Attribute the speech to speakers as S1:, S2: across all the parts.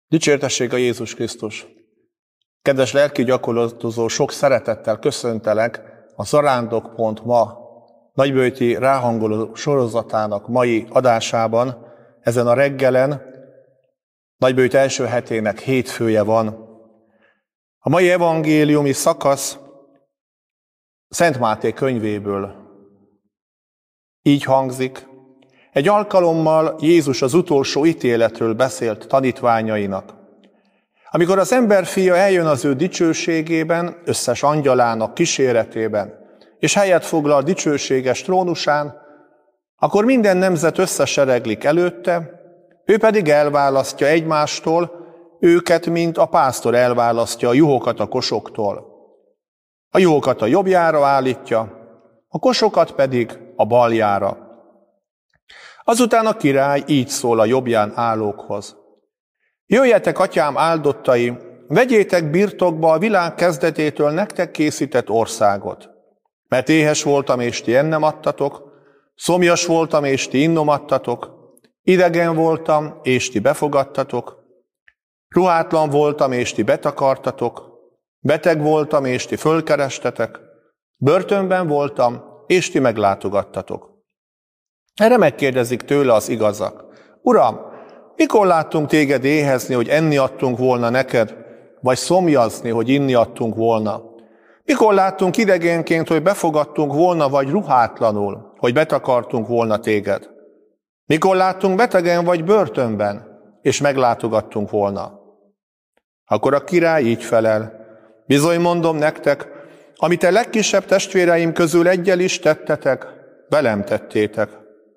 S1: Dicsértessék a Jézus Krisztus! Kedves lelki gyakorlatozó, sok szeretettel köszöntelek a Zarándok.ma nagyböjti ráhangoló sorozatának mai adásában. Ezen a reggelen Nagyböjt első hetének hétfője van. A mai evangéliumi szakasz Szent Máté könyvéből így hangzik. Egy alkalommal Jézus az utolsó ítéletről beszélt tanítványainak. Amikor az emberfia eljön az ő dicsőségében, összes angyalának kíséretében, és helyet foglal dicsőséges trónusán, akkor minden nemzet összesereglik előtte, ő pedig elválasztja egymástól őket, mint a pásztor elválasztja a juhokat a kosoktól. A juhokat a jobbjára állítja, a kosokat pedig a baljára. Azután a király így szól a jobbján állókhoz. Jöjjetek, atyám áldottai, vegyétek birtokba a világ kezdetétől nektek készített országot. Mert éhes voltam, és ti ennem adtatok, szomjas voltam, és ti innom adtatok, idegen voltam, és ti befogadtatok, ruhátlan voltam, és ti betakartatok, beteg voltam, és ti fölkerestetek, börtönben voltam, és ti meglátogattatok. Erre megkérdezik tőle az igazak. Uram, mikor láttunk téged éhezni, hogy enni adtunk volna neked, vagy szomjazni, hogy inni adtunk volna? Mikor láttunk idegenként, hogy befogadtunk volna, vagy ruhátlanul, hogy betakartunk volna téged? Mikor láttunk betegen vagy börtönben, és meglátogattunk volna? Akkor a király így felel. Bizony mondom nektek, amit a legkisebb testvéreim közül eggyel is tettetek, velem tettétek.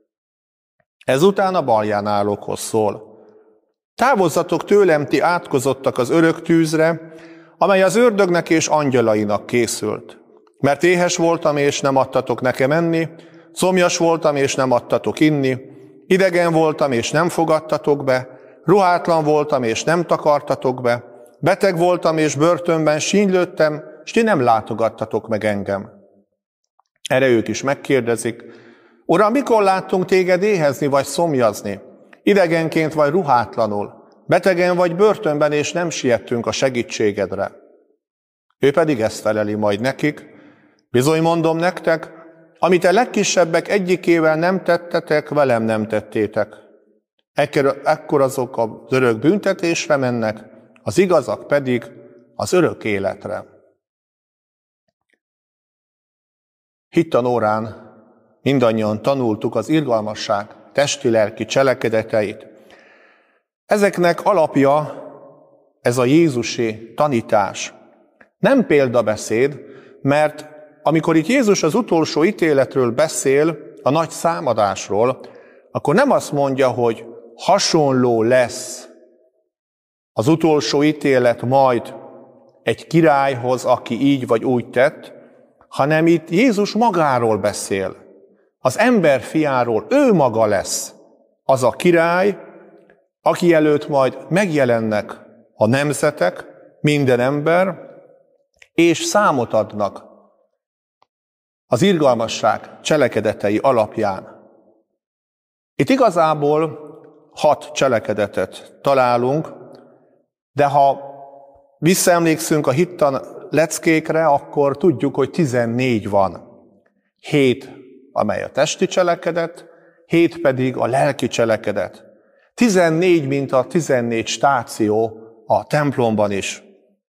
S1: Ezután a balján állókhoz szól. Távozzatok tőlem, ti átkozottak az örök tűzre, amely az ördögnek és angyalainak készült. Mert éhes voltam, és nem adtatok nekem enni, szomjas voltam, és nem adtatok inni, idegen voltam, és nem fogadtatok be, ruhátlan voltam, és nem takartatok be, beteg voltam, és börtönben sínylődtem, és ti nem látogattatok meg engem. Erre ők is megkérdezik, Uram, mikor láttunk téged éhezni vagy szomjazni, idegenként vagy ruhátlanul, betegen vagy börtönben, és nem siettünk a segítségedre? Ő pedig ezt feleli majd nekik, bizony mondom nektek, amit a legkisebbek egyikével nem tettetek, velem nem tettétek. Ekkor azok az örök büntetésre mennek, az igazak pedig az örök életre. Hittanórán mindannyian tanultuk az irgalmasság testi-lelki cselekedeteit. Ezeknek alapja ez a jézusi tanítás. Nem példabeszéd, mert amikor itt Jézus az utolsó ítéletről beszél, a nagy számadásról, akkor nem azt mondja, hogy hasonló lesz az utolsó ítélet majd egy királyhoz, aki így vagy úgy tett, hanem itt Jézus magáról beszél. Az ember fiáról, ő maga lesz az a király, aki előtt majd megjelennek a nemzetek, minden ember, és számot adnak az irgalmasság cselekedetei alapján. Itt igazából 6 cselekedetet találunk, de ha visszaemlékszünk a hittan leckékre, akkor tudjuk, hogy 14 van. 7 amely a testi cselekedet, 7 pedig a lelki cselekedet. 14, mint a 14 stáció a templomban is.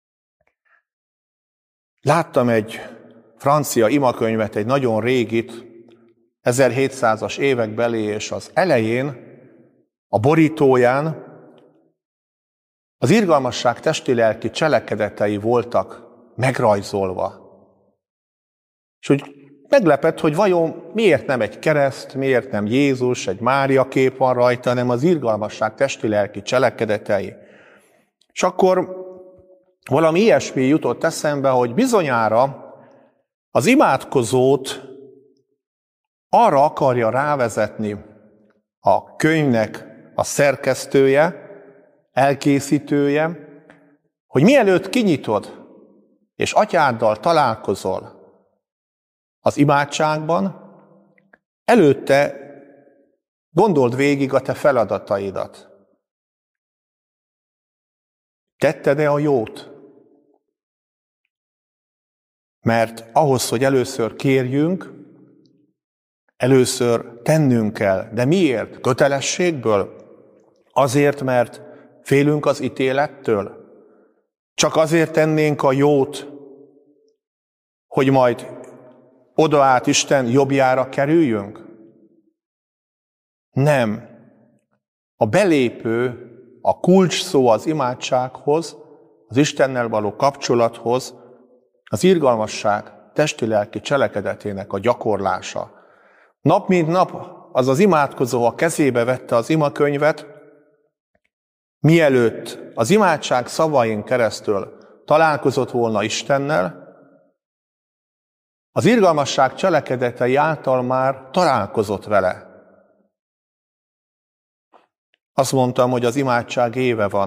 S1: Láttam egy francia imakönyvet, egy nagyon régit, 1700-as évekbeli, és az elején, a borítóján az irgalmasság testi-lelki cselekedetei voltak megrajzolva. És úgy meglepett, hogy vajon miért nem egy kereszt, miért nem Jézus, egy Mária kép van rajta, hanem az irgalmasság testi-lelki cselekedetei. És akkor valami ilyesmi jutott eszembe, hogy bizonyára az imádkozót arra akarja rávezetni a könyvnek a szerkesztője, elkészítője, hogy mielőtt kinyitod, és atyáddal találkozol az imádságban, előtte gondold végig a te feladataidat. Tetted-e a jót? Mert ahhoz, hogy először kérjünk, először tennünk kell. De miért? Kötelességből? Azért, mert félünk az ítélettől? Csak azért tennénk a jót, hogy majd oda át Isten jobbjára kerüljünk? Nem. A belépő, a kulcs szó az imádsághoz, az Istennel való kapcsolathoz, az irgalmasság testi-lelki cselekedetének a gyakorlása. Nap mint nap az az imádkozó a kezébe vette az imakönyvet, mielőtt az imádság szavain keresztül találkozott volna Istennel, az irgalmasság cselekedetei által már találkozott vele. Azt mondtam, hogy az imádság éve van.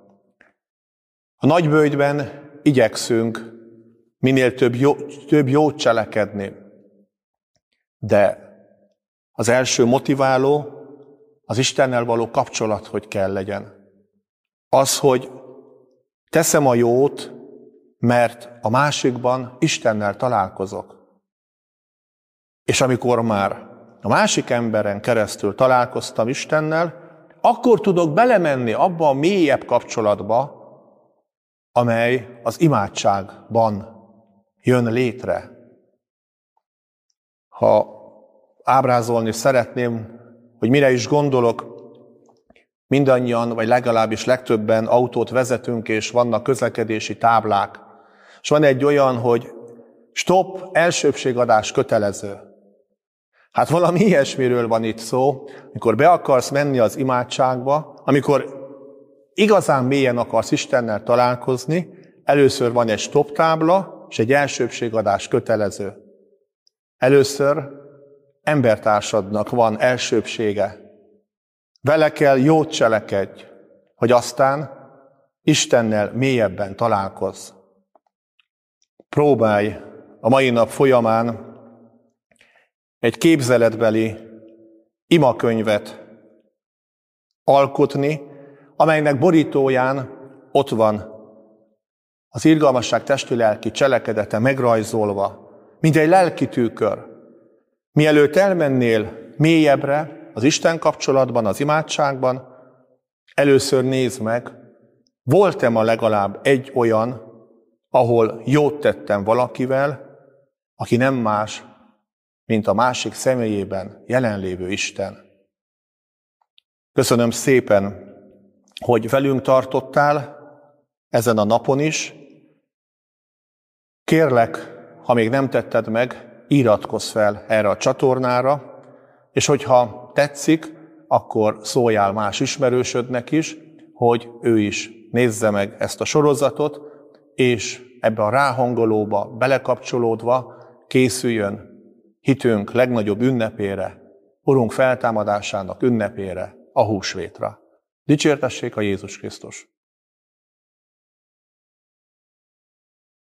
S1: A nagyböjtben igyekszünk minél több jót cselekedni, de az első motiváló az Istennel való kapcsolat, hogy kell legyen. Az, hogy teszem a jót, mert a másikban Istennel találkozok. És amikor már a másik emberen keresztül találkoztam Istennel, akkor tudok belemenni abba a mélyebb kapcsolatba, amely az imádságban jön létre. Ha ábrázolni szeretném, hogy mire is gondolok, mindannyian, vagy legalábbis legtöbben autót vezetünk, és vannak közlekedési táblák. És van egy olyan, hogy stop, elsőbbségadás kötelező. Hát valami ilyesmiről van itt szó, amikor be akarsz menni az imádságba, amikor igazán mélyen akarsz Istennel találkozni, először van egy stop tábla, és egy elsőbbségadás kötelező. Először embertársadnak van elsőbbsége. Vele kell jót cselekedj, hogy aztán Istennel mélyebben találkozz. Próbálj a mai nap folyamán egy képzeletbeli imakönyvet alkotni, amelynek borítóján ott van az irgalmasság testi-lelki cselekedete megrajzolva, mint egy lelki tükör. Mielőtt elmennél mélyebbre az Isten kapcsolatban, az imádságban, először nézd meg, volt-e ma legalább egy olyan, ahol jót tettem valakivel, aki nem más, mint a másik személyében jelenlévő Isten. Köszönöm szépen, hogy velünk tartottál ezen a napon is. Kérlek, ha még nem tetted meg, iratkozz fel erre a csatornára, és hogyha tetszik, akkor szóljál más ismerősödnek is, hogy ő is nézze meg ezt a sorozatot, és ebbe a ráhangolóba belekapcsolódva készüljön hitünk legnagyobb ünnepére, Urunk feltámadásának ünnepére, a húsvétra. Dicsértessék a Jézus Krisztus!